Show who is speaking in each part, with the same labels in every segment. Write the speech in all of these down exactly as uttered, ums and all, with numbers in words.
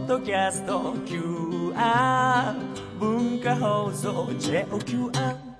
Speaker 1: ドキャスト キューアール 文化放送 ジェイキューアール。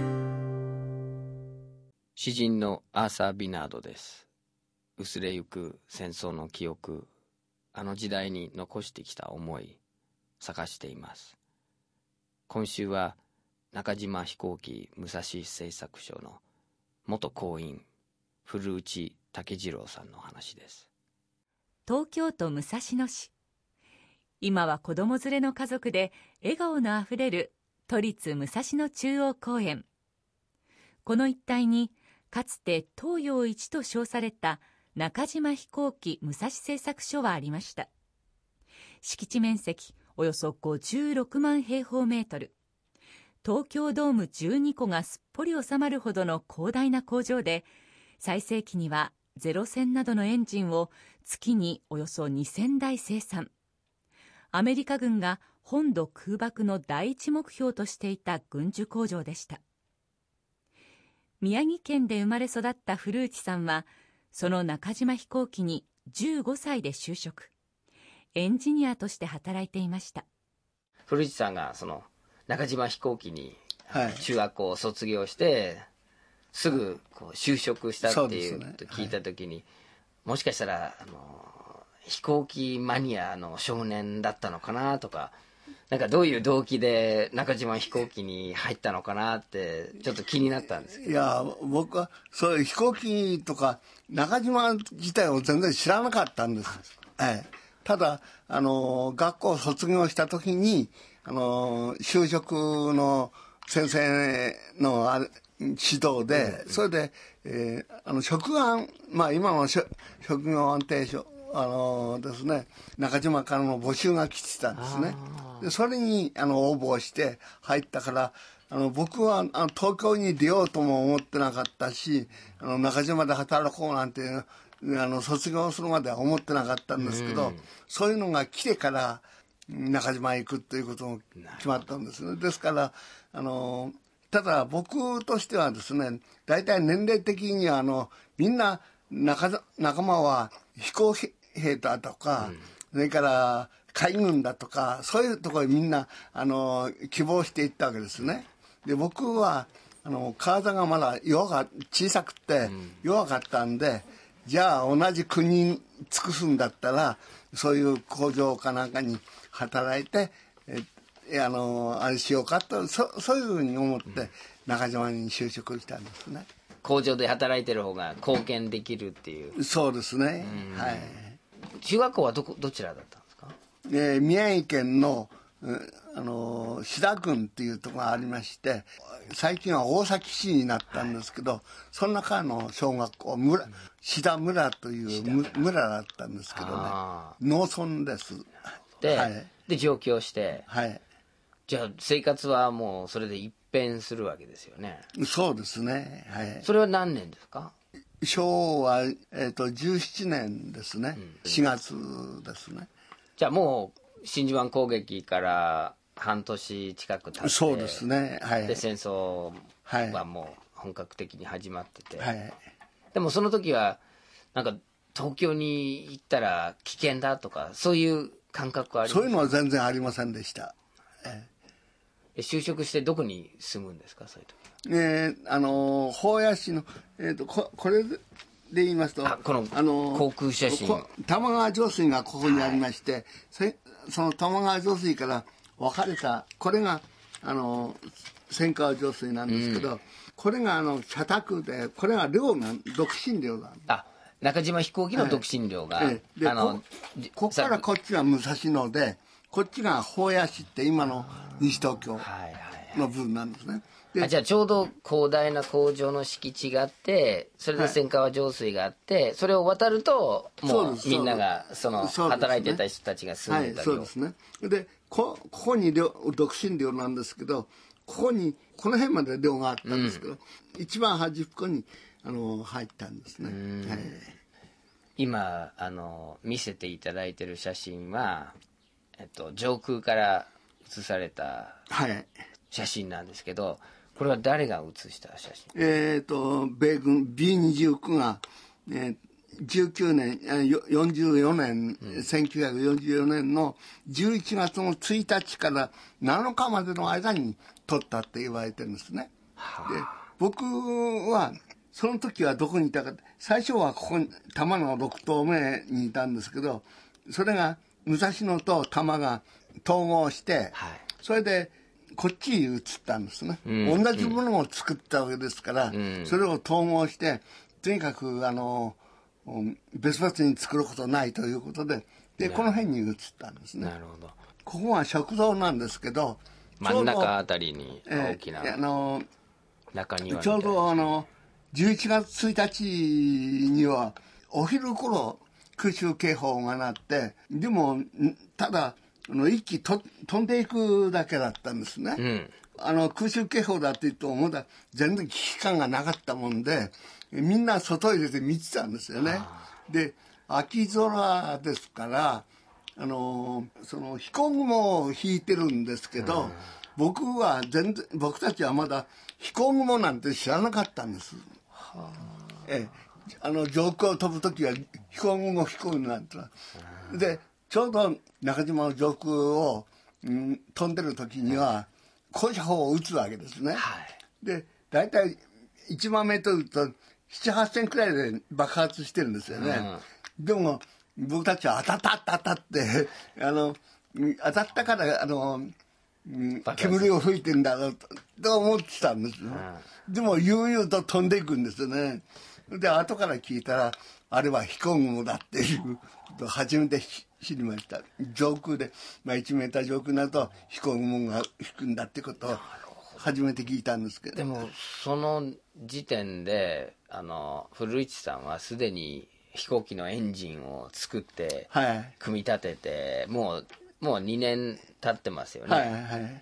Speaker 2: 詩人のアーサー・ビナードです。薄れゆく戦争の記憶、あの時代に残してきた思い、探しています。今週は中島飛行機武蔵製作所の元工員古内武次郎さんの話です。
Speaker 3: 東京都武蔵野市。今は子供連れの家族で笑顔のあふれる都立武蔵野中央公園。この一帯にかつて東洋一と称された中島飛行機武蔵製作所はありました。敷地面積およそごじゅうろくまんへいほうメートル。東京ドームじゅうにこがすっぽり収まるほどの広大な工場で、最盛期にはゼロ戦などのエンジンを月におよそにせんだい生産。アメリカ軍が本土空爆の第一目標としていた軍需工場でした。宮城県で生まれ育った古内さんは、その中島飛行機にじゅうごさいで就職。エンジニアとして働いていました。
Speaker 2: 古市さんがその中島飛行機に中学校を卒業して、はい、すぐこう就職したっていうと聞いた時に、はい、もしかしたらあの飛行機マニアの少年だったのかなとか、なんかどういう動機で中島飛行機に入ったのかなってちょっと気になったんですけど。
Speaker 4: いや僕はそういう飛行機とか中島自体を全然知らなかったんです。ええ、ただあの学校を卒業した時にあの就職の先生のあ指導で、それで、えー、あの職安、まあ今の職業安定所あのですね、中島からの募集が来てたんですね。でそれにあの応募して入ったから、あの僕はあの東京に出ようとも思ってなかったし、あの中島で働こうなんてあの卒業するまでは思ってなかったんですけど、うん、そういうのが来てから中島へ行くということも決まったんですね。ですからあのただ僕としてはですね、大体年齢的にはあのみんな 仲, 仲間は飛行兵だとか、うん、それから海軍だとか、そういうところにみんなあの希望していったわけですね。で僕はあの体がまだ弱が小さくて弱かったんで、うん、じゃあ同じ国に尽くすんだったらそういう工場かなんかに働いてえあのあれしようかと、 そ, そういうふうに思って中島に就職したんですね。
Speaker 2: 工場で働いてる方が貢献できるっていう。
Speaker 4: そうですね、はい。
Speaker 2: 中学校はどこどちらだったんですか？
Speaker 4: えー、宮城県の、あの志田郡っていうところがありまして、最近は大崎市になったんですけど、はい、その中の小学校村、志田村という村だったんですけどね、農村です。
Speaker 2: で、はい、で上京して、
Speaker 4: はい、
Speaker 2: じゃあ生活はもうそれで一変するわけですよね。
Speaker 4: そうですね、はい。
Speaker 2: それは何年ですか？
Speaker 4: 昭和、えー、とじゅうななねんですね、うん、しがつですね。
Speaker 2: じゃあもう真珠湾攻撃から半年近く経って、
Speaker 4: そうですね、はい、
Speaker 2: で戦争はもう本格的に始まってて、
Speaker 4: はい、
Speaker 2: でもその時はなんか東京に行ったら危険だとかそういう感覚はありますか？
Speaker 4: そういうのは全然ありませんでした。え
Speaker 2: え就職してどこに住むんですか、そういう時は。
Speaker 4: えー、あの保谷市の、えー、と こ, これで言いますと、
Speaker 2: あこのあの航空写真、
Speaker 4: 玉川上水がここにありまして、はい、その玉川上水から分かれたこれがあの千川上水なんですけど、うん、これがあの社宅で、これが寮が独身寮なんです。
Speaker 2: あ、中島飛行機の独身寮が、はい、
Speaker 4: であの こ, ここからこっちが武蔵野で、こっちが保谷市って今の西東京の部分なんですね。
Speaker 2: あ、じゃあちょうど広大な工場の敷地があって、それで千川上水があって、はい、それを渡るともうみんながその働いてた人たちが住んでた寮、
Speaker 4: はい、そうですね。で こ, ここに寮独身寮なんですけど、ここにこの辺まで寮があったんですけど、うん、一番端っこにあの入ったんですね。はい、
Speaker 2: 今あの見せていただいてる写真は、えっと、上空から写された写真なんですけど、はい、これは誰が写した写真？
Speaker 4: えーと米軍 ビーにじゅうきゅう が、えー、 じゅうきゅうねんよんじゅうよねん、うん、せんきゅうひゃくよんじゅうよねんのじゅういちがつのついたちからなのかまでの間に取ったって言われてるんですね。はあ、で僕はその時はどこにいたか、最初はここに多摩のろくとうめにいたんですけど、それが武蔵野と多摩が統合して、はい、それでこっちに移ったんですね、うん、同じものを作ったわけですから、うん、それを統合してとにかくあの別々に作ることないということで、でこの辺に移ったんですね。
Speaker 2: なるほど。
Speaker 4: ここは食堂なんですけど、
Speaker 2: 真ん中あたりに大きな、
Speaker 4: えー、あの
Speaker 2: 中庭みたいな、
Speaker 4: ちょうどあのじゅういちがつついたちにはお昼頃空襲警報が鳴って、でもただあの一気と飛んでいくだけだったんですね、うん、あの空襲警報だって言ってもまだ全然危機感がなかったもんで、みんな外へ出て見てたんですよね。で秋空ですから、あのその飛行雲を引いてるんですけど、うん、僕は全然僕たちはまだ飛行雲なんて知らなかったんです。はあ、ええ、あの上空を飛ぶ時は飛行雲飛行雲なんて、うん、でちょうど中島の上空を、うん、飛んでる時には高射砲を撃つわけですね。はい、で大体いちまんメートルとななはっせんくらいで爆発してるんですよね。うん、でも僕たちは当たった当たったってあの当たったからあの煙を吹いてんだろう と, と思ってたんですよ。うん、でも悠々と飛んでいくんですよね。で後から聞いたらあれは飛行雲だっていうことを初めて知りました。上空で、まあ、いちメーター上空になると飛行雲が吹くんだってことを初めて聞いたんですけど。
Speaker 2: でもその時点であの古市さんはすでに飛行機のエンジンを作って組み立てて、はい、もうもうにねん経ってますよね。はいはい、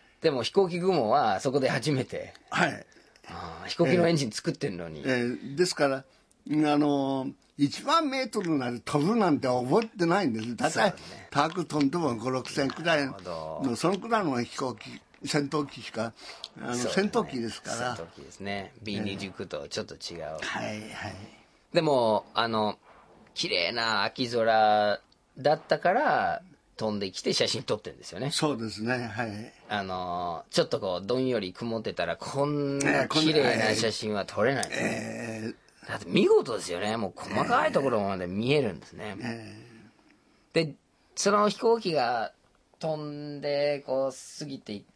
Speaker 2: でも飛行機雲はそこで初めて、はい、あ飛行機のエンジン作ってるのに、
Speaker 4: えーえー、ですからあのいちまんメートルまで飛ぶなんて覚えてないんです。だいたい高く飛んでもご、ろくせんくらいのそのくらいの飛行機戦闘機しかあの、ね、戦闘機ですから。
Speaker 2: 戦闘機ですね。 ビーにじゅうきゅう とちょっと違う、
Speaker 4: はいはい、
Speaker 2: でもあの綺麗な秋空だったから飛んできて写真撮ってるんですよね。
Speaker 4: そうですね、はい。
Speaker 2: あのちょっとこうどんより曇ってたらこんな綺麗な写真は撮れないですね、えー、だって見事ですよね。もう細かいところまで見えるんですね、えー、でその飛行機が飛んでこう過ぎていって、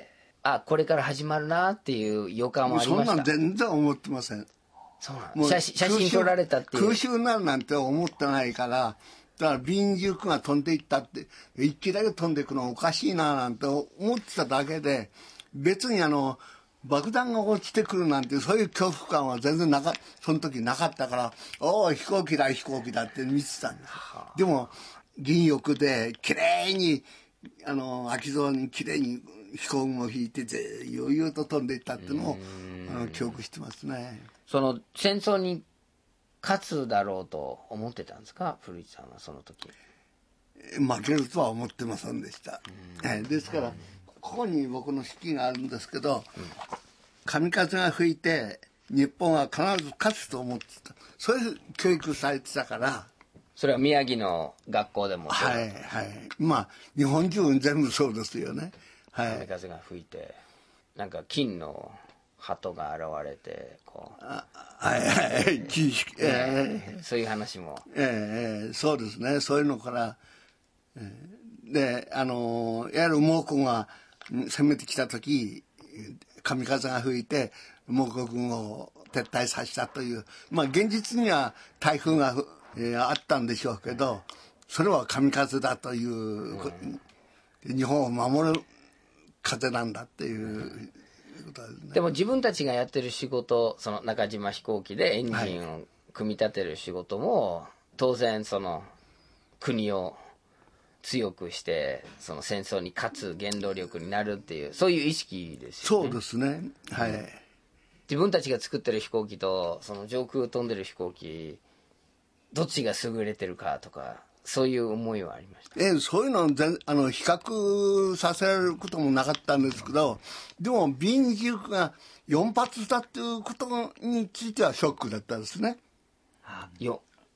Speaker 2: あこれから始まるなっていう予感はありました。
Speaker 4: そんなん全然思ってません。
Speaker 2: そうなん写真写真撮られたっていう
Speaker 4: 空襲になるなんて思ってないから、だから ビーにじゅうきゅう が飛んでいったって一機だけ飛んでいくのはおかしいななんて思ってただけで、別にあの爆弾が落ちてくるなんてそういう恐怖感は全然なかその時なかったから、おお飛行機だ飛行機だって見てたんです。でも銀翼で綺麗にあの秋空に綺麗に飛行雲を引いて悠々と飛んでいったっていうのをあの記憶してますね。
Speaker 2: その戦争に勝つだろうと思ってたんですか、古市さんはその時。
Speaker 4: 負けるとは思ってませんでした。えですからここに僕の式があるんですけど、うん、神風が吹いて日本は必ず勝つと思ってた、そういう教育されてたから。
Speaker 2: それは宮城の学校でも。
Speaker 4: はいはい、まあ日本中全部そうですよね。はい、
Speaker 2: 神風が吹いてなんか金の鳩が現れてこう、あ
Speaker 4: はいはい、
Speaker 2: えー、そういう話も、
Speaker 4: えー、そうですね。そういうのから、えー、であのいわゆる蒙古が攻めてきた時神風が吹いて蒙古軍を撤退させたという、まあ現実には台風が、えー、あったんでしょうけど、それは神風だという、うん、日本を守る風なんだっていうことですね。
Speaker 2: でも自分たちがやってる仕事、その中島飛行機でエンジンを組み立てる仕事も、はい、当然その国を強くしてその戦争に勝つ原動力になるっていうそういう意識ですよね。
Speaker 4: そうですね、はい、うん、
Speaker 2: 自分たちが作ってる飛行機とその上空飛んでる飛行機どっちが優れてるかとかそういう思いはありました。
Speaker 4: えー、そういうのを全あの比較させられることもなかったんですけど、でも ビーにじゅうきゅう がよん発だっていうことについてはショックだったんですね。
Speaker 2: あよ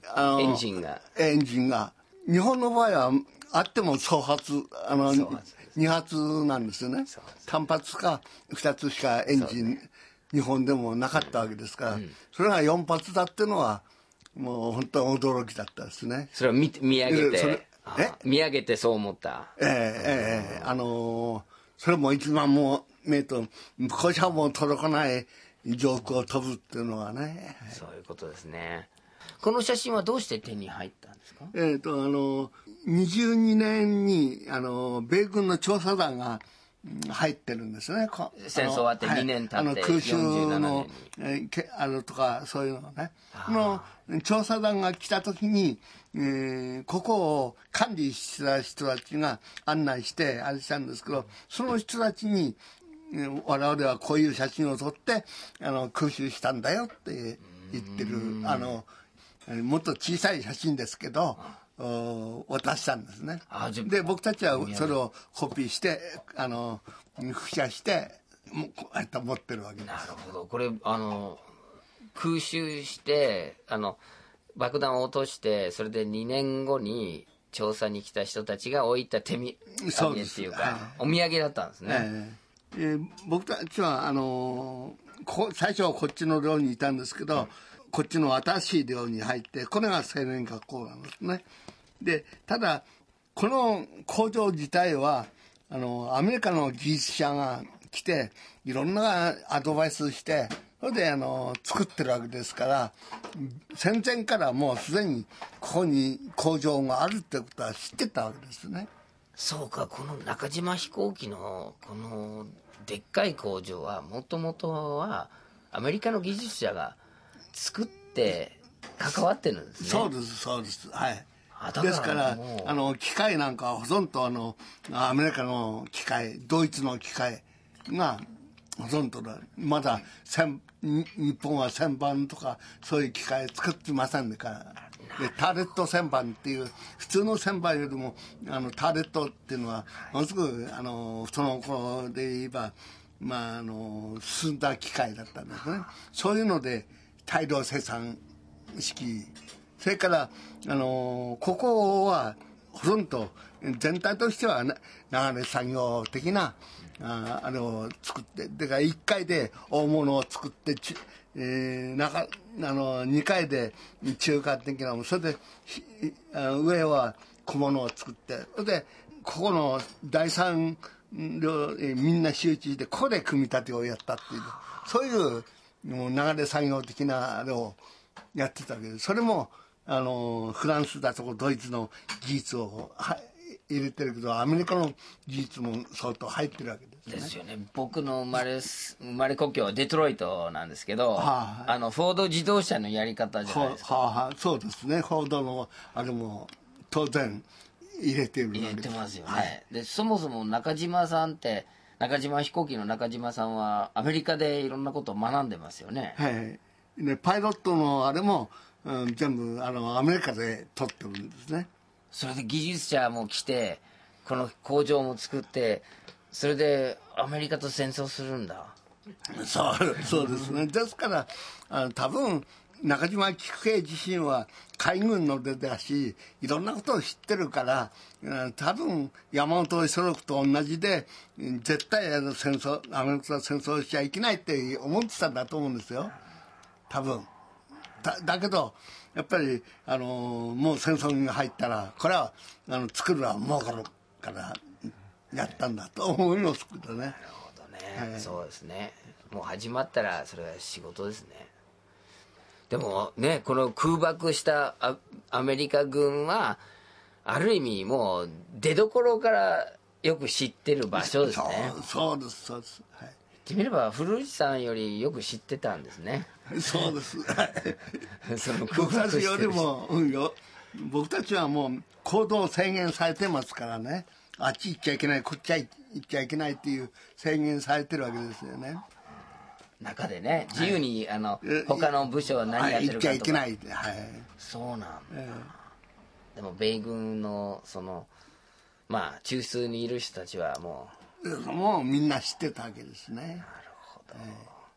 Speaker 4: あの
Speaker 2: エンジンが
Speaker 4: エンジンが日本の場合はあっても総発あの
Speaker 2: 総発
Speaker 4: に発なんですよね。単発かふたつしかエンジン、ね、日本でもなかったわけですから、うん、それがよん発だっていうのはもう本当に驚きだったですね。
Speaker 2: それを 見, 見上げてえ見上げてそう思った。
Speaker 4: ええええあのー、それもいちまんもメートルこしゃも届かない上空を飛ぶっていうのはね。
Speaker 2: そういうことですね。この写真はどうして手に入ったんですか？
Speaker 4: えーとあのにじゅうにねんにあの米軍の調査団が入ってるんですね。
Speaker 2: 戦争終わってにねん経って、
Speaker 4: はい、空襲のえー、あるとかそういうのねの調査団が来た時に、えー、ここを管理した人たちが案内してあれしたんですけど、その人たちに我々はこういう写真を撮ってあの空襲したんだよって言ってる、あのもっと小さい写真ですけど渡したんですね。で僕たちはそれをコピーしてあの複写してこうやって持ってるわけです。
Speaker 2: なるほど。これあの空襲してあの爆弾を落としてそれでにねんごに調査に来た人たちが置いた手土産っていうか、はい、お土産だったんですね。
Speaker 4: えーえー、僕たちはあのこ最初はこっちの寮にいたんですけど、うん、こっちの新しい寮に入ってこれが青年学校なんですね。でただこの工場自体はあのアメリカの技術者が来ていろんなアドバイスしてそれであの作ってるわけですから戦前からもうすでにここに工場があるってことは知ってたわけですね。
Speaker 2: そうか。この中島飛行機のこのでっかい工場はもともとはアメリカの技術者が作って関わってるんですね。
Speaker 4: そうですそうです。はい。ですからあの機械なんかはほとんどあのアメリカの機械ドイツの機械がほとんどだ。まだ日本は旋盤とかそういう機械作ってませんからでターレット旋盤っていう普通の旋盤よりもあのターレットっていうのはものすごくあのその頃で言えば、まあ、あの進んだ機械だったんですね。そういうので大量生産式それからあのここはほとんど全体としては流れ作業的なああれを作ってだからいっかいで大物を作ってち、えー、中あのにかいで中華的なそれで上は小物を作ってそれでここの第三両みんな集中してここで組み立てをやったっていうそういうもう流れ作業的なあれをやってたわけです。それもあのフランスだとかドイツの技術をは入れてるけどアメリカの技術も相当入ってるわけですね。
Speaker 2: ですよね。僕の生まれ生まれ故郷はデトロイトなんですけど、はあはい、あのフォード自動車のやり方じゃないですか。
Speaker 4: はあはあ、そうですね。フォードのあれも当然入れてるわけです。
Speaker 2: 入れてますよね。はい、でそもそも中島さんって中島飛行機の中島さんはアメリカでいろんなことを学んでますよね。
Speaker 4: はい。でパイロットのあれも、うん、全部あのアメリカで取ってるんですね。
Speaker 2: それで技術者も来てこの工場も作ってそれでアメリカと戦争するんだ。
Speaker 4: そうそうですね。ですからあの多分中島喜久平自身は海軍の出だしいろんなことを知ってるから、うん、多分山本五十六と同じで絶対あの戦争アメリカと戦争しちゃいけないって思ってたんだと思うんですよ多分。だ, だけどやっぱり、あのー、もう戦争に入ったらこれはあの作るのは儲かるからやったんだと思いますけどね。なる
Speaker 2: ほどね、はい、そうですね。もう始まったらそれは仕事ですね。でもねこの空爆したア, アメリカ軍はある意味もう出どころからよく知ってる場所ですね。
Speaker 4: そうそうですそうです、はい、
Speaker 2: 言ってみれば古市さんよりよく知ってたんですね。
Speaker 4: そうですその僕たちよりも、うん、よ僕たちはもう行動制限されてますからね。あっち行っちゃいけないこっち行っちゃいけないっていう制限されてるわけですよね。
Speaker 2: 中でね自由に、はい、あの他の部署は何やってるかとか、はい、行っちゃいけない、はい、そうなんだ、えー、でも米軍のそのまあ中枢にいる人たちはも
Speaker 4: うもうみんな知ってたわけですね。なる
Speaker 2: ほど、えー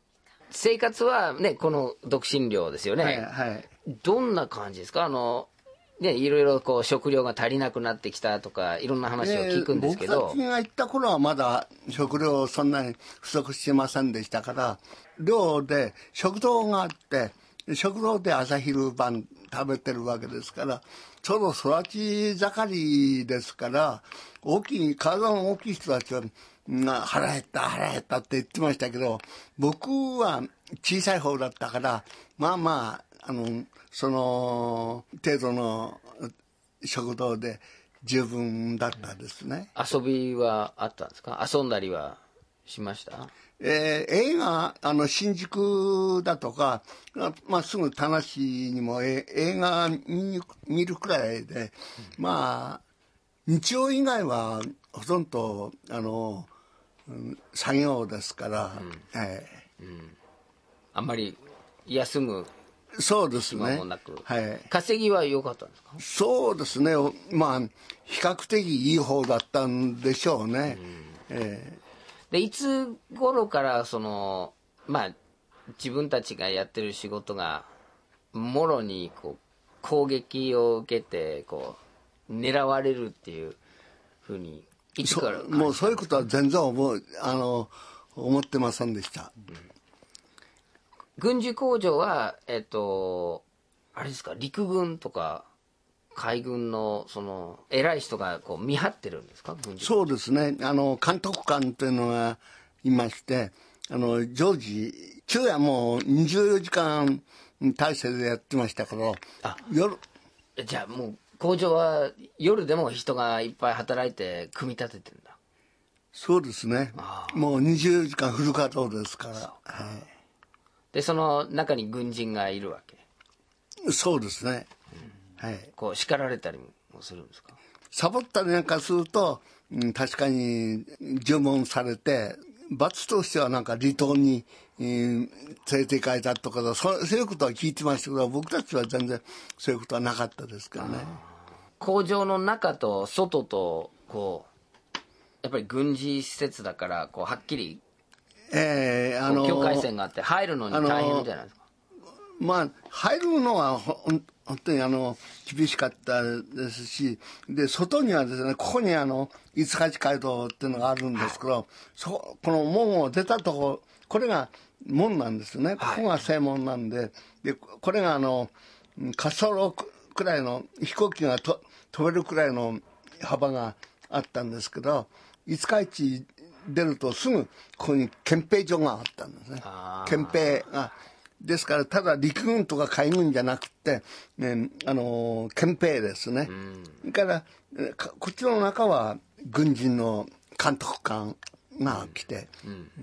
Speaker 2: 生活はねこの独身寮ですよね、
Speaker 4: はいはい、
Speaker 2: どんな感じですか？あのね、いろいろこう食料が足りなくなってきたとかいろんな話を聞くんですけど、
Speaker 4: 僕たちが行った頃はまだ食料そんなに不足してませんでしたから、寮で食堂があって食堂で朝昼晩食べてるわけですから、ちょうど育ち盛りですから、大きい体の大きい人たちは腹減った腹減ったって言ってましたけど、僕は小さい方だったからまあまああのその程度の食堂で十分だったですね。
Speaker 2: 遊びはあったんですか？遊んだりはしました？
Speaker 4: えー、映画あの新宿だとか、まあ、すぐ田無にもえ映画見に見るくらいで、まあ日曜以外はほとんどあの、うん、作業ですから、うんはいうん、
Speaker 2: あんまり休む
Speaker 4: そうですね、
Speaker 2: 暇もなく、
Speaker 4: はい、
Speaker 2: 稼ぎは良かったんですか？
Speaker 4: そうですね、まあ比較的いい方だったんでしょうね、うんえー
Speaker 2: でいつ頃からそのまあ自分たちがやってる仕事がもろにこう攻撃を受けてこう狙われるっていうふうにいつから
Speaker 4: もうそういうことは全然思うあの思ってませんでした、うん、
Speaker 2: 軍需工場はえっとあれですか、陸軍とか海軍のその偉い人がこう見張ってるんですか？軍事
Speaker 4: そうですね、あの監督官というのがいまして、あの常時昼夜もうにじゅうよじかん体制でやってましたけど、
Speaker 2: あ
Speaker 4: 夜
Speaker 2: じゃあもう工場は夜でも人がいっぱい働いて組み立ててるんだ。
Speaker 4: そうですね、もうにじゅうよじかんフル稼働ですから、はい、
Speaker 2: でその中に軍人がいるわけ？
Speaker 4: そうですね、
Speaker 2: はい、こう叱られたりもするんですか？
Speaker 4: サボったりなんかすると、うん、確かに尋問されて罰としてはなんか離島に、うん、連れて行かれたとかそそういうことは聞いてましたけど、僕たちは全然そういうことはなかったですからね。
Speaker 2: 工場の中と外とこうやっぱり軍事施設だからこうはっきり、
Speaker 4: えーあのー、
Speaker 2: 境界線があって入るのに大変じゃないですか？
Speaker 4: まあ入るのはほ本当にあの厳しかったですし、で外にはですね、ここにあの五日市街道っていうのがあるんですけど、はい、そこの門を出たとこ、これが門なんですよね、はい、ここが正門なんで、でこれがあの滑走路くらいの飛行機がと飛べるくらいの幅があったんですけど、五日市出るとすぐここに憲兵所があったんですね。憲兵がですから、ただ陸軍とか海軍じゃなくて、ね、あの憲兵ですね、うん、からこっちの中は軍人の監督官が来て、うんうん、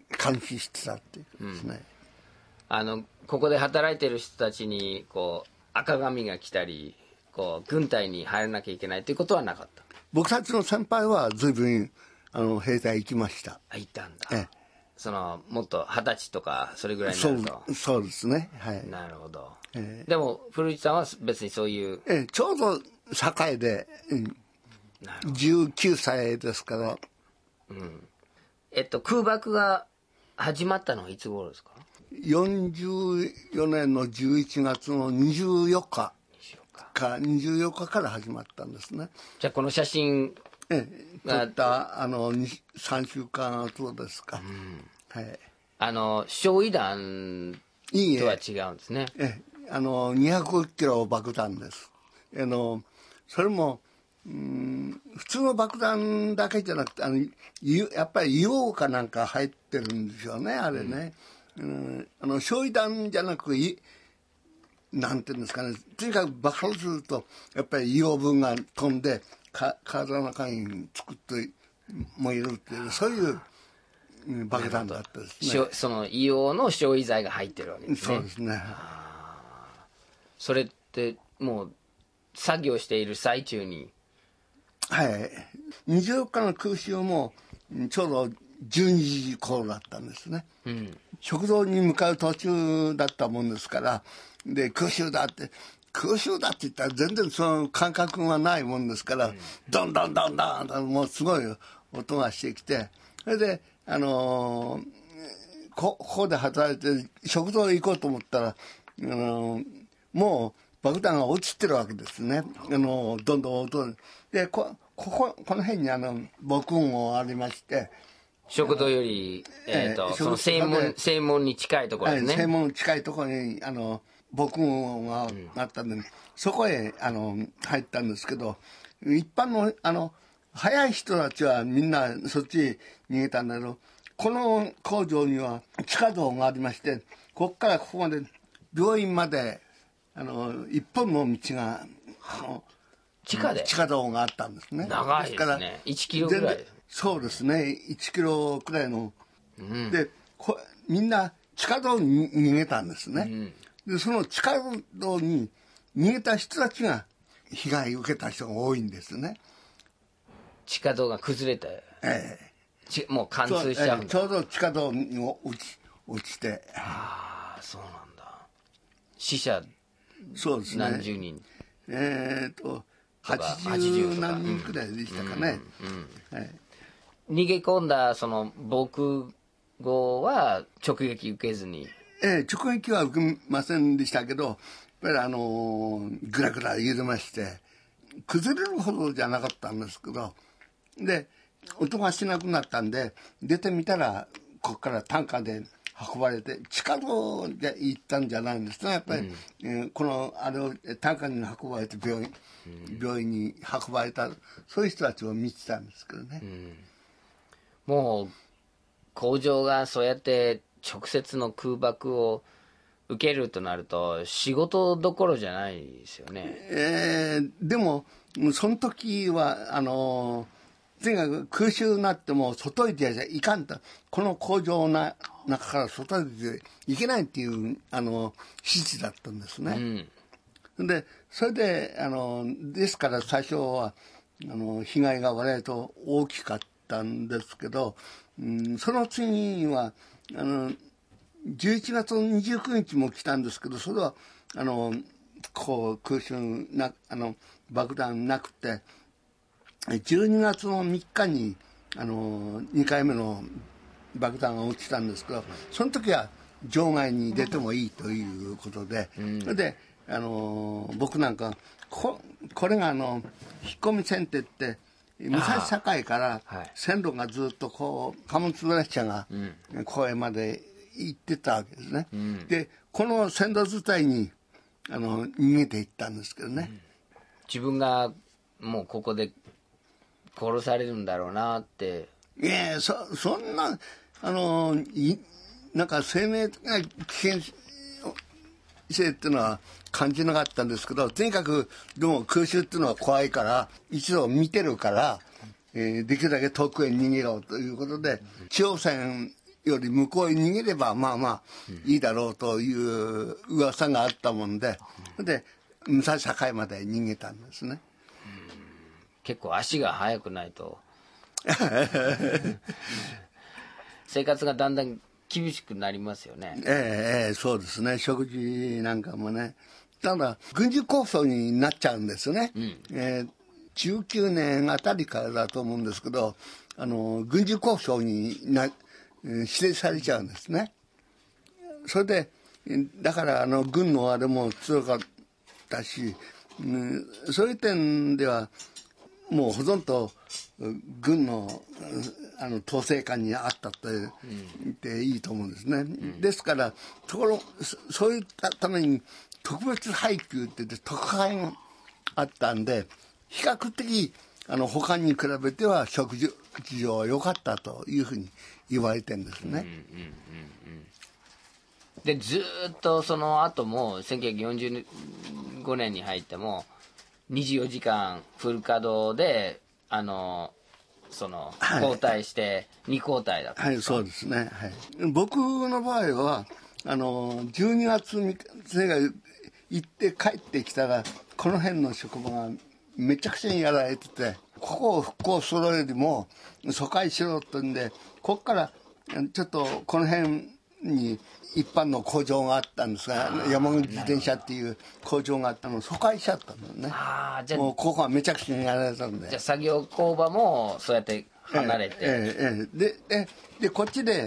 Speaker 4: 監視してたっていうですね、
Speaker 2: うん、あのここで働いてる人たちにこう赤紙が来たりこう軍隊に入らなきゃいけないということはなかった？
Speaker 4: 僕たちの先輩は随分あの兵隊行きました。
Speaker 2: あ、行ったんだ、
Speaker 4: ええ、
Speaker 2: そのもっと二十歳とかそれぐらいになると。
Speaker 4: そう、そうですね、はい、
Speaker 2: なるほど、
Speaker 4: ええ、
Speaker 2: でも古市さんは別にそういう、
Speaker 4: ええ、ちょうど境で、うん、じゅうきゅうさいですから、
Speaker 2: うん、えっと空爆が始まったのはいつ頃ですか？
Speaker 4: よんじゅうよねんのじゅういちがつのにじゅうよっかかにじゅうよっかから始まったんですね。
Speaker 2: じゃあこの写真
Speaker 4: ええ、撮ったあのさんしゅうかん後ですか、うん、はい、
Speaker 2: あの焼夷弾とは違うんですね。
Speaker 4: ええ、あのにひゃくキロ爆弾です。あのそれもうん普通の爆弾だけじゃなくて、あのやっぱり硫黄かなんか入ってるんですよね、あれね、うん、あの焼夷弾じゃなくいなんていうんですかね、とにかく爆発するとやっぱり硫黄分が飛んでか体の中に作って燃えるっていう、そういう爆弾だったですね。
Speaker 2: その硫黄の焼夷剤が入ってるわけですね。
Speaker 4: そうですね。
Speaker 2: それってもう作業している最中に、
Speaker 4: はい、にじゅうよっかの空襲もちょうどじゅうにじ頃だったんですね、うん、食堂に向かう途中だったもんですから、で空襲だって空襲だって言ったら全然その感覚がないもんですから、うん、ドンドンドンドンともうすごい音がしてきて、それであのー、 ここで働いて食堂へ行こうと思ったら、あのもう爆弾が落ちてるわけですね。あのどんどん音でここここの辺にあの防空壕ありまして、
Speaker 2: 食堂より、えーと
Speaker 4: えー
Speaker 2: その正門正門に近いところですね。
Speaker 4: はい、正門に近いところにあの防空壕があったんで、うん、そこへあの入ったんですけど、一般のあの早い人たちはみんなそっちへ逃げたんだけど、この工場には地下道がありまして、ここからここまで病院まであの一本の道があの
Speaker 2: 地下で
Speaker 4: 地下道があったんですね。
Speaker 2: 長いですね。いちキロぐらい。
Speaker 4: そうですね、いちキロくらいの、うん、でこみんな地下道に逃げたんですね、うん、でその地下道に逃げた人たちが被害を受けた人が多いんですね。
Speaker 2: 地下道が崩れて、ええ、ちもう貫通しちゃうんだ。
Speaker 4: ちょうど地下道に落ち落ちて、
Speaker 2: ああそうなんだ。死者
Speaker 4: そうですね、
Speaker 2: 何十人、
Speaker 4: えっとはちじゅう何人くらいでしたかね。
Speaker 2: 逃げ込んだその防空壕は直撃受けずに、
Speaker 4: ええ、直撃は受けませんでしたけど、やっぱりあのー、ぐらぐら揺れまして崩れるほどじゃなかったんですけど、で音がしなくなったんで出てみたらここから担架で運ばれて、地下道で行ったんじゃないんですね、やっぱり、うんえー、このあれを担架に運ばれて病院、うん、病院に運ばれた、そういう人たちを見てたんですけどね、
Speaker 2: うん、もう工場がそうやって直接の空爆を受けるとなると仕事どころじゃないですよね。
Speaker 4: えー、でもその時はあのとにかく空襲になっても外へ出ちゃいかんと、この工場の中から外へ出ていけないっていうあの指示だったんですね、うん、でそれであのですから最初はあの被害が割と大きかったんですけど、うん、その次にはあのじゅういちがつのにじゅうくにちも来たんですけど、それはあのこう空襲なあの爆弾なくて、じゅうにがつのみっかにあのにかいめの爆弾が落ちたんですけど、その時は場外に出てもいいということで、うん、それであの僕なんか こ, これがあの引っ込み線っていって武蔵境から線路がずっとこう貨物列車がここまで行ってたわけですね、うん、でこの線路伝いにあの逃げていったんですけどね、うん、
Speaker 2: 自分がもうここで殺されるんだろうなって。
Speaker 4: いやそそんなあのいなんか生命が危険性っていうのは感じなかったんですけど、とにかくでも空襲っていうのは怖いから一度見てるから、えー、できるだけ遠くへ逃げようということで、地方線より向こうへ逃げればまあまあいいだろうという噂があったもんで、で武蔵境まで逃げたんですね。
Speaker 2: 結構足が速くないと生活がだんだん厳しくなりますよね。
Speaker 4: ええええ、そうですね。食事なんかもね。ただ軍事構想になっちゃうんですね、うんえー、じゅうきゅうねんあたりからだと思うんですけど、あの軍事構想にな指定されちゃうんですね。それでだからあの軍のあれも強かったし、うん、そういう点ではもうほとんど軍のあの統制下にあったと言っていいと思うんですね、うん、ですからところそういったために特別配給って言って特配があったんで、比較的あの他に比べては食事上は良かったというふうに言われてるんですね、うんうんうんうん、
Speaker 2: でずっとその後もせんきゅうひゃくよんじゅうごねんに入ってもにじゅうよじかんフル稼働であのその交代してに交代だったんですか？
Speaker 4: はい、はい、そうですね、はい、僕の場合はあのじゅうにがつみっかが行って帰ってきたらこの辺の職場がめちゃくちゃにやられてて、ここを復興するよりも疎開しろってんで、ここからちょっとこの辺に一般の工場があったんですが、山口自転車っていう工場があったのを疎開しちゃったんだよね。あじゃあもうここはめちゃくちゃにやられたんで、
Speaker 2: じゃあ作業工場もそうやって離れて、
Speaker 4: ええええええ、でででこっちで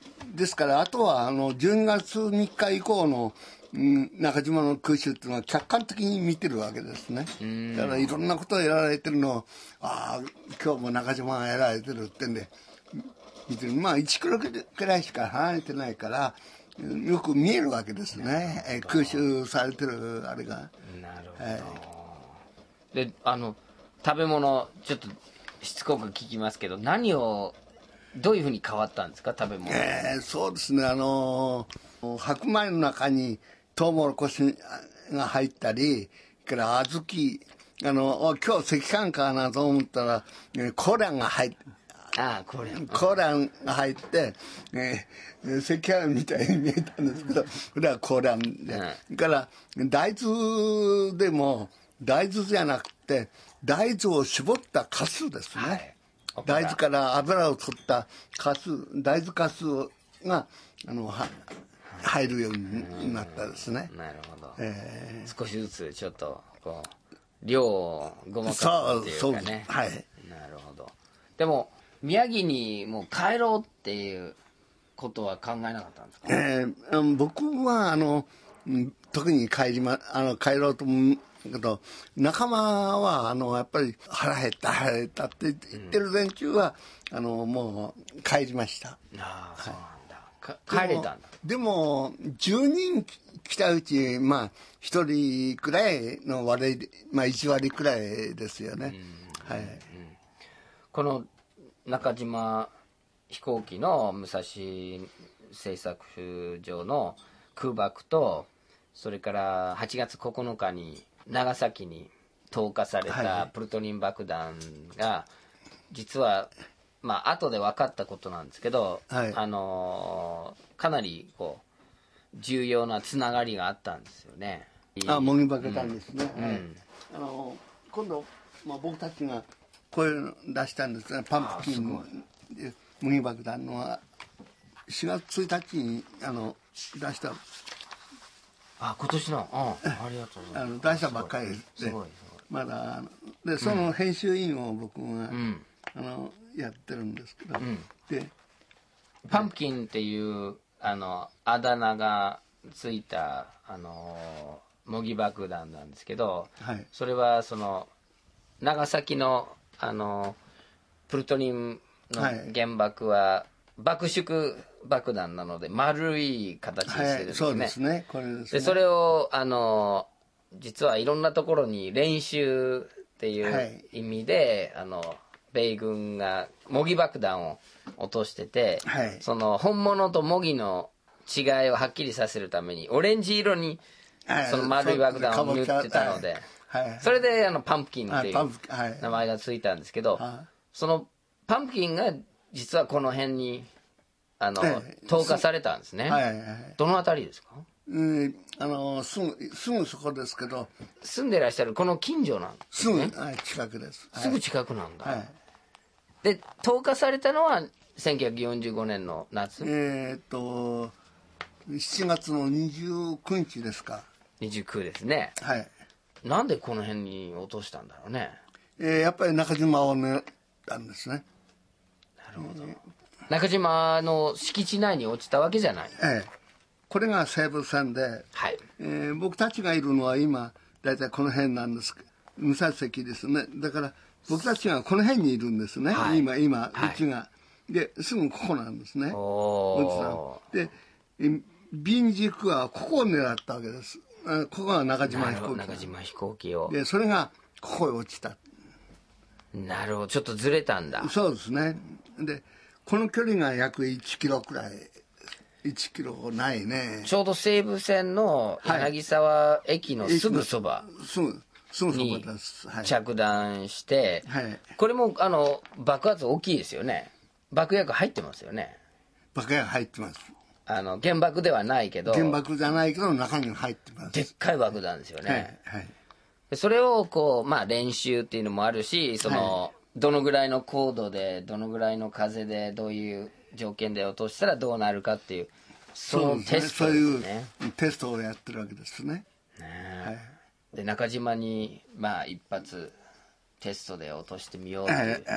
Speaker 4: ですからあとはあのじゅうにがつみっか以降の、うん、中島の空襲っていうのは客観的に見てるわけですね。だからいろんなことをやられてるのを、ああ今日も中島がやられてるってんで見てる。まあいちキロくらいしか離れてないからよく見えるわけですね、え空襲されてるあれが。
Speaker 2: なるほど、はい、であの食べ物ちょっとしつこく聞きますけど、何をどういうふうに変わったんですか、食べ物。
Speaker 4: えー、そうですね、あのー、白米の中にトウモロコシが入ったり、それから小豆、あの今日赤飯かなと思ったら、えー、コーランが入って、
Speaker 2: ああコーラン
Speaker 4: コーランが入って、えー、赤飯みたいに見えたんですけど、これはコーランで、うん、それから大豆でも大豆じゃなくて大豆を絞ったかすですね、はい、大豆から油を取ったかす、大豆かすがあのは入るようになったですね。
Speaker 2: なるほど、えー、少しずつちょっとこう量をごまかすっていうかね。
Speaker 4: はい、
Speaker 2: なるほど。でも宮城にもう帰ろうっていうことは考えなかったんですか。
Speaker 4: えー、僕はあの特に帰りまあの帰ろうと思うけど、仲間はあのやっぱり腹減った腹減ったって言ってる連中は、うん、あのもう帰りました。
Speaker 2: ああ、そうなんだ。帰れたんだ。
Speaker 4: でもじゅうにん来たうちまあひとりくらいの割り、まあ、いち割くらいですよね。はい、うん、
Speaker 2: この中島飛行機の武蔵製作所の空爆と、それからはちがつここのかに長崎に投下されたプルトニウム爆弾が実はまあ後で分かったことなんですけど、はい、あのかなりこう重要なつながりがあったんですよね。
Speaker 4: あ、模擬爆弾ですね、うんはい、あの今度、まあ、僕たちがこういうの出したんですね。パンプキンで模擬爆弾のしがつついたちにあの出した。
Speaker 2: あ、今年の、うん、ありがとうございます。
Speaker 4: あの出したばっかりですね。まだでその編集員を僕が、うん、あのやってるんですけど、うん、で
Speaker 2: パンプキンっていうあのあだ名がついたあの模擬爆弾なんですけど、はい、それはその長崎のあのプルトニウムの原爆は爆縮爆弾なので丸い形してるんですね。
Speaker 4: はい、そうですね。これですね。
Speaker 2: でそれをあの実はいろんなところに練習っていう意味で、はい、あの米軍が模擬爆弾を落としてて、はい、その本物と模擬の違いをはっきりさせるためにオレンジ色にその丸い爆弾を塗ってたので、はいはい、それであのパンプキンっていう名前がついたんですけど、はい、そのパンプキンが実はこの辺にあの、ええ、投下されたんですね。はいはいはい、どのあたりですか。
Speaker 4: うん、あのすぐすぐそこですけど、
Speaker 2: 住んでらっしゃるこの近所なんですね。
Speaker 4: すぐ、はい、近くです。
Speaker 2: すぐ近くなんだ。はい、
Speaker 4: で
Speaker 2: 投下されたのはせんきゅうひゃくよんじゅうごねんの夏。
Speaker 4: えー、っとしちがつのにじゅうくにちですか。
Speaker 2: にじゅうくですね。はい。なんでこの辺に落としたんだろうね。
Speaker 4: えー、やっぱり中島を狙ったんですね。
Speaker 2: なるほど。えー、中島の敷地内に落ちたわけじゃない。
Speaker 4: ええ。これが西武線で、はい、えー、僕たちがいるのは今大体この辺なんです武蔵関ですね。だから僕たちがこの辺にいるんですね、はい、今今、はい、うちがですぐここなんですね。おで便軸はここを狙ったわけです。ここが中島飛行機。
Speaker 2: 中島飛行機を
Speaker 4: でそれがここへ落ちた。
Speaker 2: なるほど、ちょっとずれたんだ。
Speaker 4: そうですね。でこの距離が約いちキロくらい。いちキロないね。
Speaker 2: ちょうど西武線の柳沢駅のすぐそばに着弾して、はい、これもあの爆発大きいですよね。爆薬入ってますよね。
Speaker 4: 爆薬入ってます。
Speaker 2: あの原爆ではないけど、
Speaker 4: 原爆じゃないけど中に入ってます。
Speaker 2: でっかい爆弾ですよね。はいはい、それをこう、まあ、練習っていうのもあるし、その、はい、どのぐらいの高度でどのぐらいの風でどういう条件で落としたらどうなるかっていうそのテストですね。そういう
Speaker 4: テストをやってるわけですね。ね、
Speaker 2: はい、で中島にまあ一発テストで落としてみようっていう、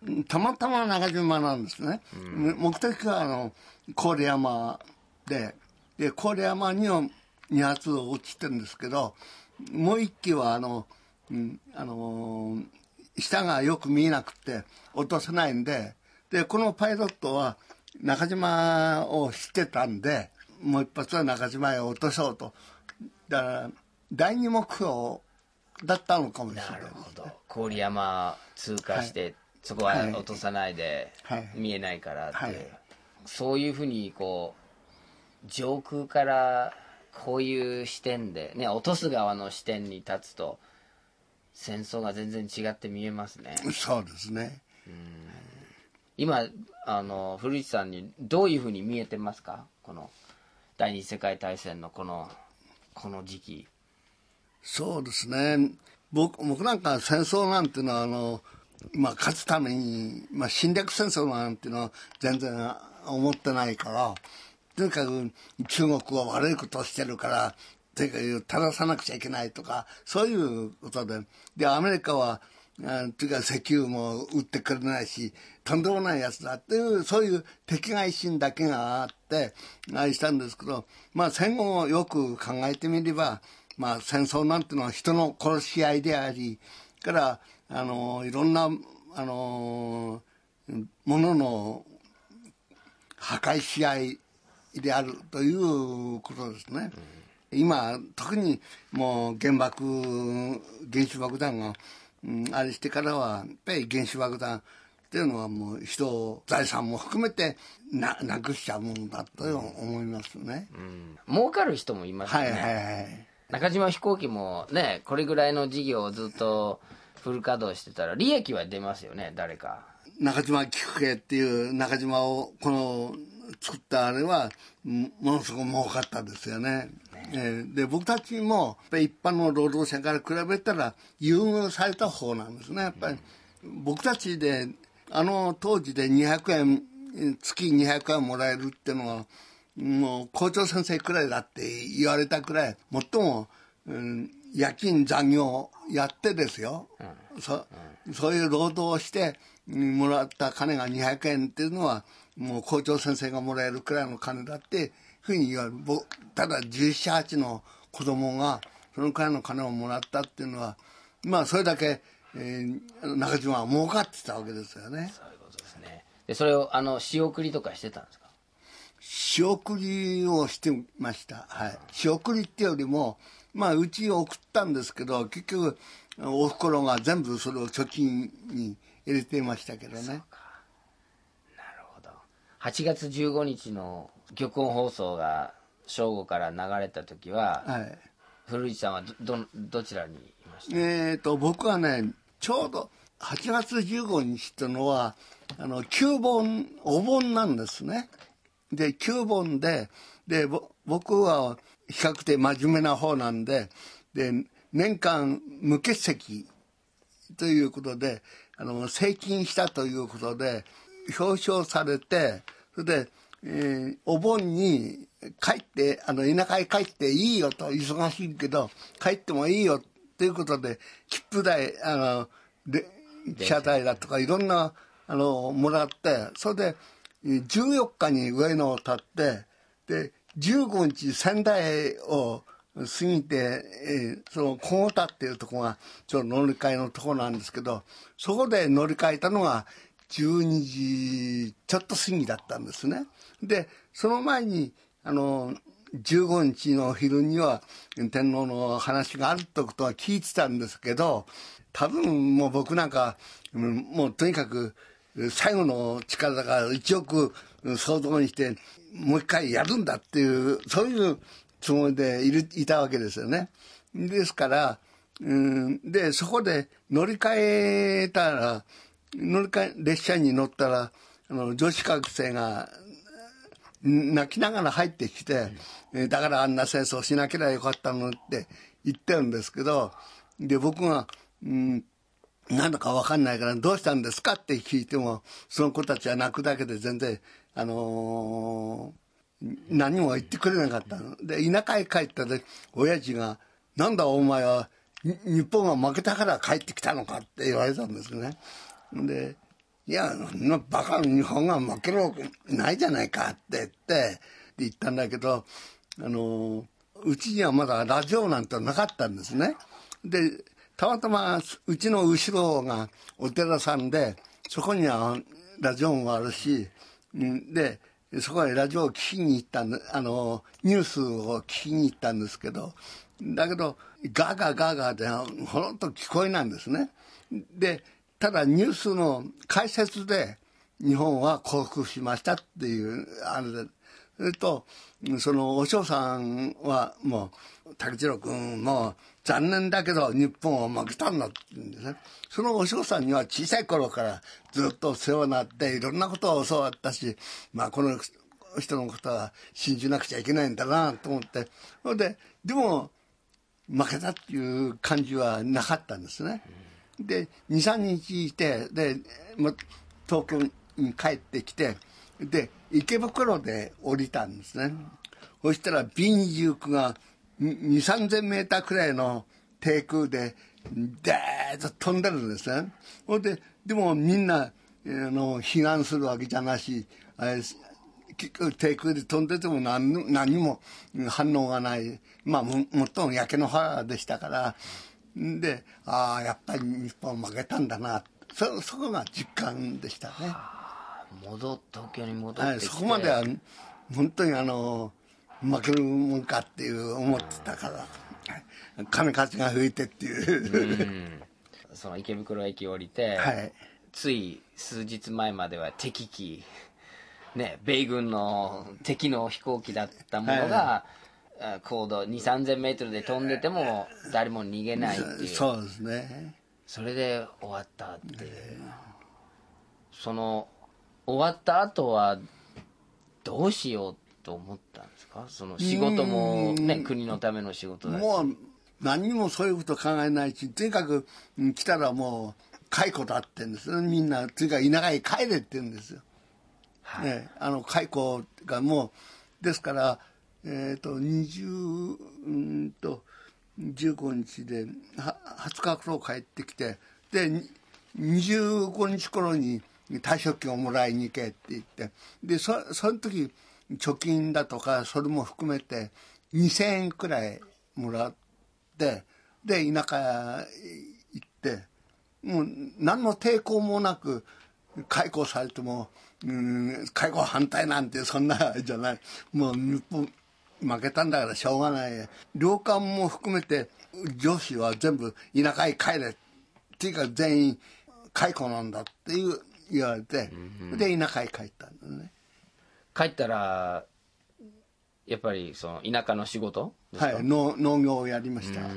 Speaker 4: たまたま中島なんですね、うん、目的はあの郡山でで郡山にはに発落ちてるんですけど、もう一機はあの、うん、あのー、下がよく見えなくて落とせないんで、でこのパイロットは中島を知ってたんで、もう一発は中島へ落とそうと。だから第二目標だったのかもしれない、ね、
Speaker 2: なるほど。郡山通過して、はい、そこは落とさないで、はい、見えないからって、はい、そういうふうにこう上空からこういう視点でね、落とす側の視点に立つと戦争が全然違って見えますね。
Speaker 4: そうですね。
Speaker 2: うん、今あの古市さんにどういうふうに見えてますか、この第二次世界大戦のこのこの時期。
Speaker 4: そうですね、僕, 僕なんか戦争なんていうのはあの、まあ、勝つために、まあ、侵略戦争なんていうのは全然思ってないから、とにかく中国は悪いことをしてるからとにかく正さなくちゃいけないとか、そういうことで、でアメリカはというか石油も売ってくれないしとんでもないやつだっていう、そういう敵外心だけがあってあれしたんですけど、まあ戦後をよく考えてみれば、まあ戦争なんていうのは人の殺し合いであり、からあのいろんなあのものの破壊し合いであるということですね。うん、今特にもう原爆原子爆弾が、うん、あれしてからはやっぱり原子爆弾っていうのはもう人財産も含めて な, なくしちゃうものだと思いますね。
Speaker 2: うん、儲かる人もいますよね。はいはいはい、中島飛行機もね、これぐらいの事業をずっとフル稼働してたら利益は出ますよね、誰か。
Speaker 4: 中島菊慶っていう中島をこの作ったあれはものすごく儲かったですよね。ねえー、で僕たちもやっぱり一般の労働者から比べたら優遇された方なんですね。やっぱり僕たちであの当時でにひゃくえん月にひゃくえんもらえるっていうのはもう校長先生くらいだって言われたくらい、最も、うん、夜勤残業やってですよ、うん、そ, そういう労働をしてもらった金がにひゃくえんっていうのはもう校長先生がもらえるくらいの金だってふうに言われる。ただじゅうなな、はちの子供がそのくらいの金をもらったっていうのは、まあそれだけ、えー、中島は儲かってたわけですよね。
Speaker 2: そういうことですね。でそれをあの仕送りとかしてたんですか？
Speaker 4: 仕送りをしてました。はい。仕送りってよりもまあうち送ったんですけど、結局おふくろが全部それを貯金に入れていましたけどね。そうか。
Speaker 2: なるほど。はちがつじゅうごにちの玉音放送が正午から流れた時は、はい、古市さんは ど, ど, どちらにいました？
Speaker 4: えーと僕はね、ちょうどはちがつじゅうごにちっていうのはあの旧盆お盆なんですね。で旧盆でで僕は比較的真面目な方なんで、で年間無欠席ということであの成勤したということで表彰されて、それで、えー、お盆に帰ってあの田舎へ帰っていいよと、忙しいけど帰ってもいいよということで切符代あので車代だとかいろんなあのもらって、それでじゅうよっかに上野を立って、でじゅうごにち仙台を過ぎて、えー、その小五田っていうところがちょっと乗り換えのところなんですけど、そこで乗り換えたのがじゅうにじちょっと過ぎだったんですね。でその前にあのじゅうごにちの昼には天皇の話があるってことは聞いてたんですけど、多分もう僕なんかもうとにかく最後の力だから一億総動員してもう一回やるんだっていうそういうつもりでいるいたわけですよね。ですからうんでそこで乗り換えたら乗り換え列車に乗ったらあの女子学生が泣きながら入ってきて、うん、だからあんな戦争しなければよかったのって言ってるんですけど、で僕がうんなんだか分かんないからどうしたんですかって聞いてもその子たちは泣くだけで全然、あのー、何も言ってくれなかったので、田舎へ帰ったで親父が「なんだお前は日本が負けたから帰ってきたのか」って言われたんですね。でいや、バカ日本が負けるわけないじゃないかって言って、言ったんだけど、あの、うちにはまだラジオなんてなかったんですね。で、たまたまうちの後ろがお寺さんで、そこにはラジオもあるし、で、そこへラジオを聞きに行ったんで、あの、ニュースを聞きに行ったんですけど、だけど、ガーガーガーガーでほろっと聞こえないんですね。で、ただニュースの解説で日本は降伏しましたっていうあれで、それとそのお嬢さんはもう竹次郎君もう残念だけど日本は負けたんだって言うんですね。そのお嬢さんには小さい頃からずっと世話になっていろんなことを教わったし、まあこの人のことは信じなくちゃいけないんだなと思って、それででも負けたっていう感じはなかったんですね。でにさんにちいて、で東京に帰ってきて、で池袋で降りたんですね。そしたら ビーにじゅうきゅう がにせんさんぜんメーターくらいの低空ででーっと飛んでるんですね。それででもみんなあの避難するわけじゃなし、低空で飛んでても何何も反応がない。まあももっとも焼け野原でしたから。で、ああやっぱり日本負けたんだな、そそこが実感でしたね。
Speaker 2: 戻東京に戻ってきて、はい、
Speaker 4: そこまでは本当にあの負けるもんかっていう思ってたから、金貸しが吹いてっていう、うん、
Speaker 2: その池袋駅降りて、はい、つい数日前までは敵機ね、米軍の敵の飛行機だったものが、はい、高度にせんさんぜんメートルで飛んでても誰も逃げないっていう、
Speaker 4: そうですね。
Speaker 2: それで終わったっていう、その終わった後はどうしようと思ったんですか？その仕事もね、国のための仕事だし、
Speaker 4: もう何もそういうこと考えないし、とにかく来たらもう解雇だって言うんですよ。みんなとにかく田舎へ帰れって言うんですよ、はい、ね、あの解雇がもうですから、えー、とにじゅううんとじゅうごにちでははつか頃帰ってきて、でにじゅうごにち頃に退職金をもらいに行けって言って、で そ, その時貯金だとかそれも含めてにせんえんくらいもらって、で田舎行って、もう何の抵抗もなく解雇されても、うん、解雇反対なんてそんなじゃない、もう日本負けたんだからしょうがない、領官も含めて上司は全部田舎へ帰れっていうか全員解雇なんだっていう言われて、うんうん、で田舎へ帰ったんだね。
Speaker 2: 帰ったらやっぱりその田舎の仕事ですか？
Speaker 4: はい、農, 農業をやりました、はい、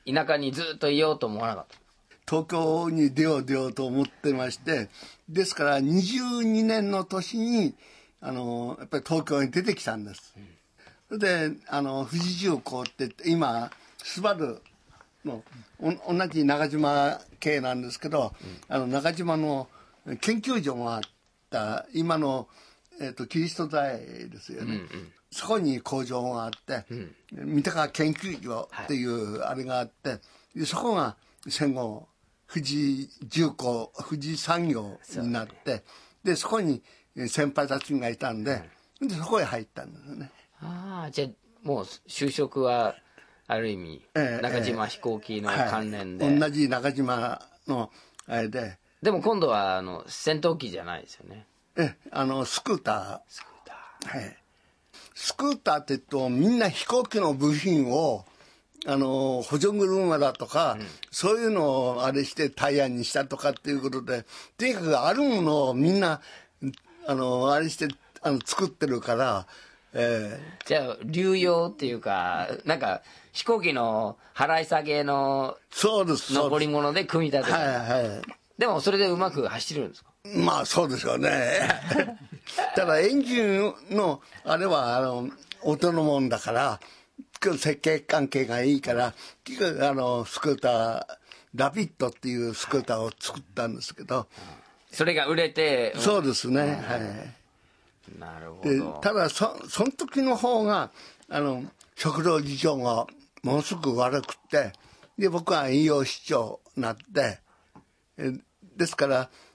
Speaker 2: 田舎にずっといようと思わなかった？
Speaker 4: 東京に出よう出ようと思ってまして、ですからにじゅうにねんの年にあのやっぱり東京に出てきたんです、うん、であの富士重工って今スバルのお同じ中島系なんですけど、うん、あの中島の研究所があった今の、えー、とキリスト大ですよね、うんうん、そこに工場があって、うん、三鷹研究所っていうあれがあって、はい、でそこが戦後富士重工富士産業になって、ね、でそこに先輩たちがいたんで、うん、でそこへ入ったんですよね。
Speaker 2: ああ、じゃあもう就職はある意味、えー、中島飛行機の関連で、
Speaker 4: はい、同じ中島のあれで、
Speaker 2: でも今度はあの戦闘機じゃないですよね。
Speaker 4: えあのスクータースクーター、はい、スクーターって言うとみんな飛行機の部品をあの補助車だとか、うん、そういうのをあれしてタイヤにしたとかっていうことで、とにかくあるものをみんなあのあれしてあの作ってるから、え
Speaker 2: ー、じゃあ流用っていうか、なんか飛行機の払い下げの残り物で組み立てて、はいはい、でもそれでうまく走るんですか？
Speaker 4: まあそうでしょうねただエンジンのあれはあの音のもんだから設計関係がいいから、あのスクーターラビットっていうスクーターを作ったんですけど、
Speaker 2: それが売れて、
Speaker 4: そうですね、はい、
Speaker 2: なるほど。
Speaker 4: でただ そ, その時の方があの食料事情がものすごく悪くて、で僕は栄養失調になって、えですから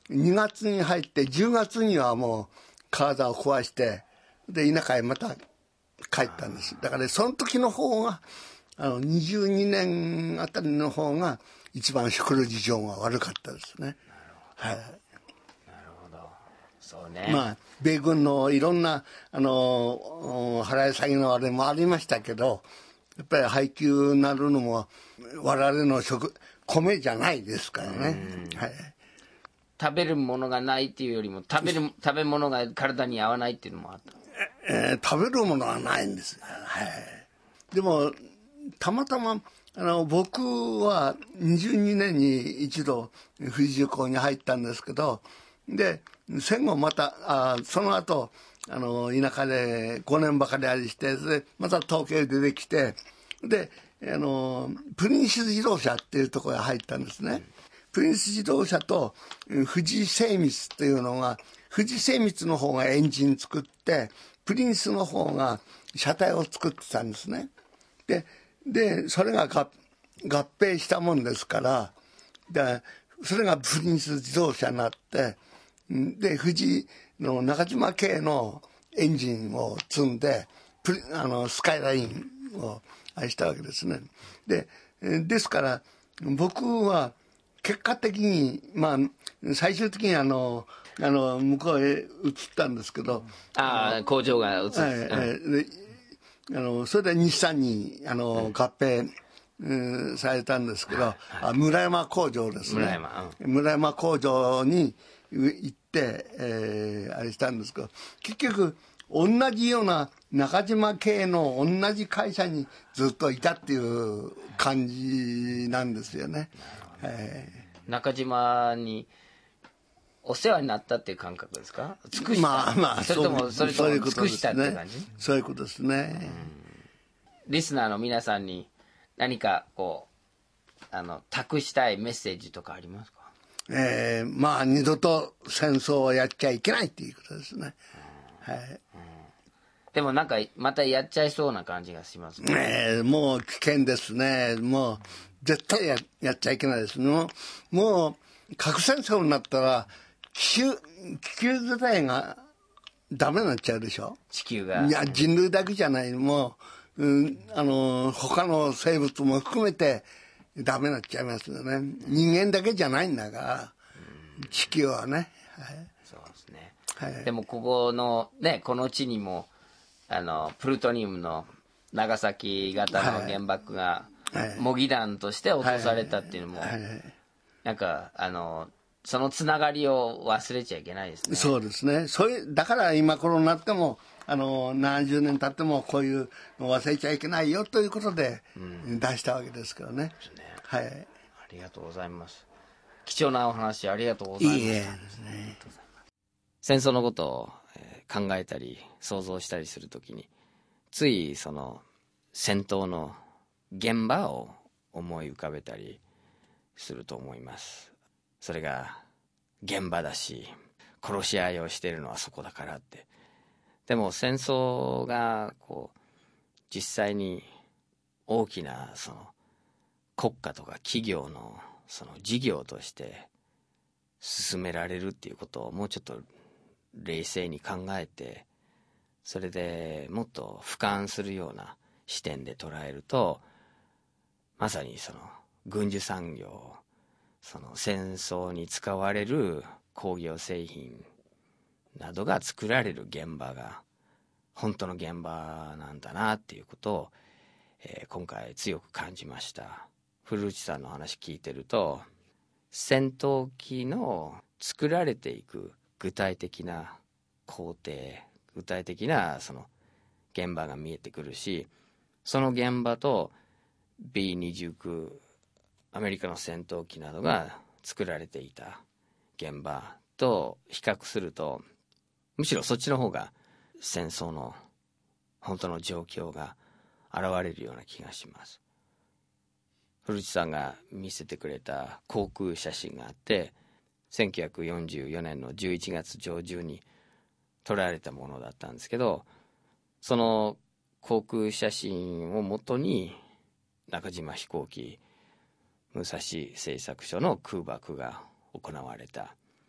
Speaker 4: にがつに入ってじゅうがつにはもう体を壊してで田舎へまた帰ったんです。だから、ね、その時の方があのにじゅうにねんあたりの方が一番食料事情が悪かったですね。はい、なる
Speaker 2: ほど。そうね。
Speaker 4: まあ米軍のいろんなあの払い下げのあれもありましたけど、やっぱり配給なるのも我々の食米じゃないですからね。はい、
Speaker 2: 食べるものがないっていうよりも食べる食べ物が体に合わないっていうのもあった。
Speaker 4: えー、食べるものはないんです。はい、でもたまたまあの僕はにじゅうにねんに一度富士重工に入ったんですけど、で戦後またあその後あの田舎でごねんばかりありしてでまた東京へ出てきてであのプリンス自動車っていうところへ入ったんですね。プリンス自動車と富士精密っていうのが富士精密の方がエンジン作ってプリンスの方が車体を作ってたんですね。ででそれが合併したもんですからでそれがプリンス自動車になってで富士の中島系のエンジンを積んでプリあのスカイラインを愛したわけですね。でですから僕は結果的にまあ最終的にあのあの向こうへ移ったんですけど、
Speaker 2: ああ工場が移って、はい
Speaker 4: であのそれで日産にあの合併、うん、されたんですけど、あ村山工場ですね。村山、うん、村山工場に行って、えー、あれしたんですけど結局同じような中島系の同じ会社にずっといたっていう感じなんですよね。え
Speaker 2: ー、中島にお世話になったっていう感覚ですか？尽くした、
Speaker 4: まあまあ、
Speaker 2: それともそれとも尽くしたって感じ？
Speaker 4: そういうことですね。
Speaker 2: リスナーの皆さんに何かこうあの託したいメッセージとかありますか？
Speaker 4: えー、まあ二度と戦争をやっちゃいけないっていうことですね。はい。
Speaker 2: でもなんかまたやっちゃいそうな感じがしますね。
Speaker 4: えー、もう危険ですね。もう絶対 や, やっちゃいけないですね。もう、もう核戦争になったら地球地球自体がダメになっちゃうでしょ。
Speaker 2: 地球が。
Speaker 4: いや人類だけじゃない、もう、うん、あの他の生物も含めてダメになっちゃいますよね。人間だけじゃないんだから地球はね。はい、
Speaker 2: そうですね。
Speaker 4: はい、
Speaker 2: でもここのねこの地にもあのプルトニウムの長崎型の原爆が模擬弾として落とされたっていうのも、なんかあのそのつながりを忘れちゃいけないですね。
Speaker 4: そうですね。それだから今頃になってもあのななじゅうねん経ってもこういうのを忘れちゃいけないよということで出したわけですからね。うん、ね、はい。
Speaker 2: ありがとうございます。貴重なお話ありがとうございました。いいえですね。戦争のことを考えたり想像したりするときについその戦闘の現場を思い浮かべたりすると思います。それが現場だし殺し合いをしているのはそこだからって。でも戦争がこう実際に大きなその国家とか企業のその事業として進められるっていうことをもうちょっと冷静に考えて、それでもっと俯瞰するような視点で捉えると、まさにその軍需産業、その戦争に使われる工業製品などが作られる現場が本当の現場なんだなっていうことを、えー、今回強く感じました。古内さんの話聞いてると、戦闘機の作られていく具体的な工程、具体的なその現場が見えてくるし、その現場と ビーにじゅうきゅう アメリカの戦闘機などが作られていた現場と比較すると、むしろそっちの方が戦争の本当の状況が現れるような気がします。古内さんが見せてくれた航空写真があって、せんきゅうひゃくよんじゅうよねんのじゅういちがつ上旬に撮られたものだったんですけど、その航空写真をもとに中島飛行機武蔵製作所の空爆が行われた。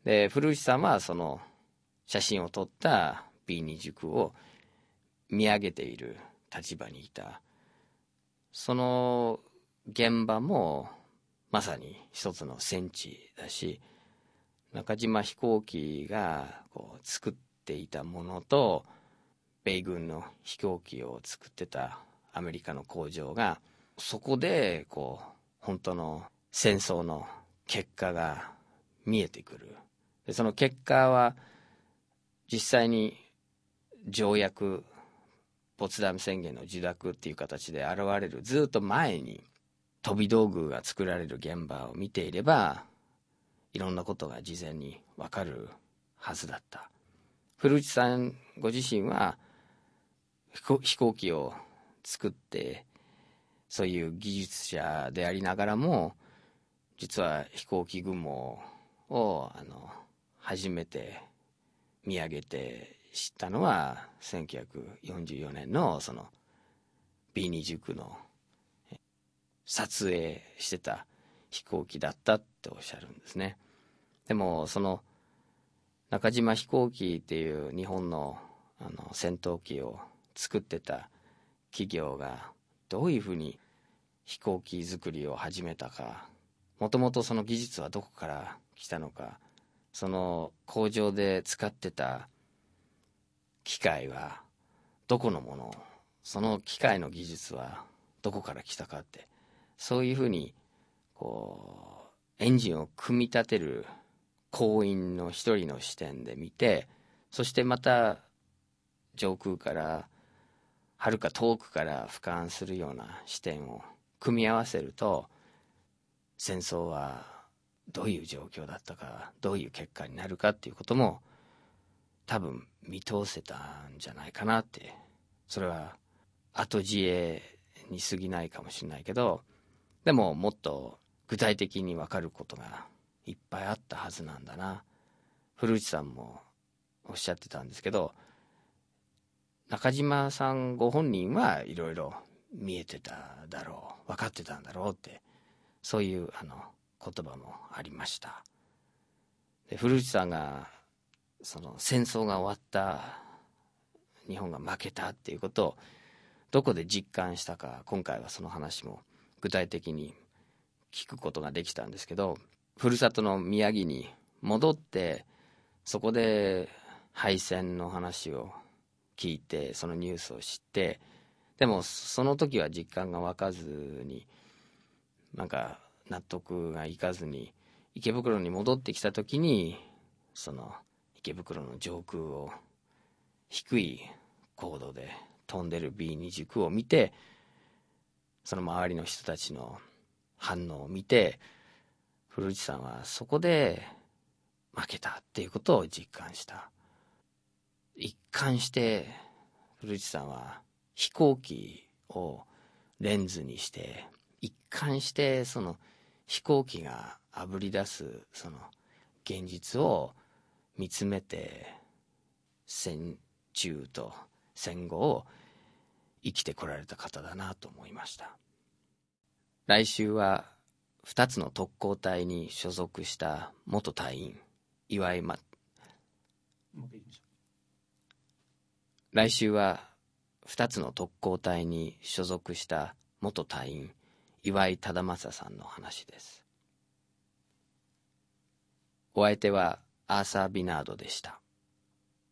Speaker 2: で古内さんはその写真を撮った ビーにじゅくを見上げている立場にいた。その現場もまさに一つの戦地だし、中島飛行機がこう作っていたものと米軍の飛行機を作ってたアメリカの工場が、そこでこう本当の戦争の結果が見えてくる。でその結果は実際に条約、ポツダム宣言の受諾っていう形で現れるずっと前に飛び道具が作られる現場を見ていれば、いろんなことが事前に分かるはずだった。古内さんご自身は飛行機を作ってそういう技術者でありながらも、実は飛行機雲をあの初めて見上げて知ったのはせんきゅうひゃくよんじゅうよねんのその ビーにじゅく の撮影してた飛行機だったっておっしゃるんですね。でもその中島飛行機っていう日本のあの戦闘機を作ってた企業がどういうふうに飛行機作りを始めたか、もともとその技術はどこから来たのか、その工場で使ってた機械はどこのもの、その機械の技術はどこから来たかって、そういうふうにこうエンジンを組み立てる工員の一人の視点で見て、そしてまた上空からはるか遠くから俯瞰するような視点を組み合わせると、戦争はどういう状況だったか、どういう結果になるかっていうことも多分見通せたんじゃないかなって。それは後知恵に過ぎないかもしれないけど、でももっと具体的に分かることがいっぱいあったはずなんだな。古内さんもおっしゃってたんですけど、中島さんご本人はいろいろ見えてただろう、分かってたんだろうって、そういうあの言葉もありました。で古内さんがその戦争が終わった、日本が負けたっていうことをどこで実感したか、今回はその話も具体的に聞くことができたんですけど、ふるさとの宮城に戻ってそこで敗戦の話を聞いて、そのニュースを知って、でもその時は実感が湧かずに、なんか納得がいかずに池袋に戻ってきた時に、その池袋の上空を低い高度で飛んでる ビーにじゅく を見て、その周りの人たちの反応を見て、古内さんはそこで負けたっていうことを実感した。一貫して古内さんは飛行機をレンズにして、一貫してその飛行機があぶり出すその現実を見つめて、戦中と戦後を生きてこられた方だなと思いました。来週はふたつの特攻隊に所属した元隊員岩井ま来週はふたつの特攻隊に所属した元隊員岩井忠正さんの話です。お相手はアーサー・ビナードでした。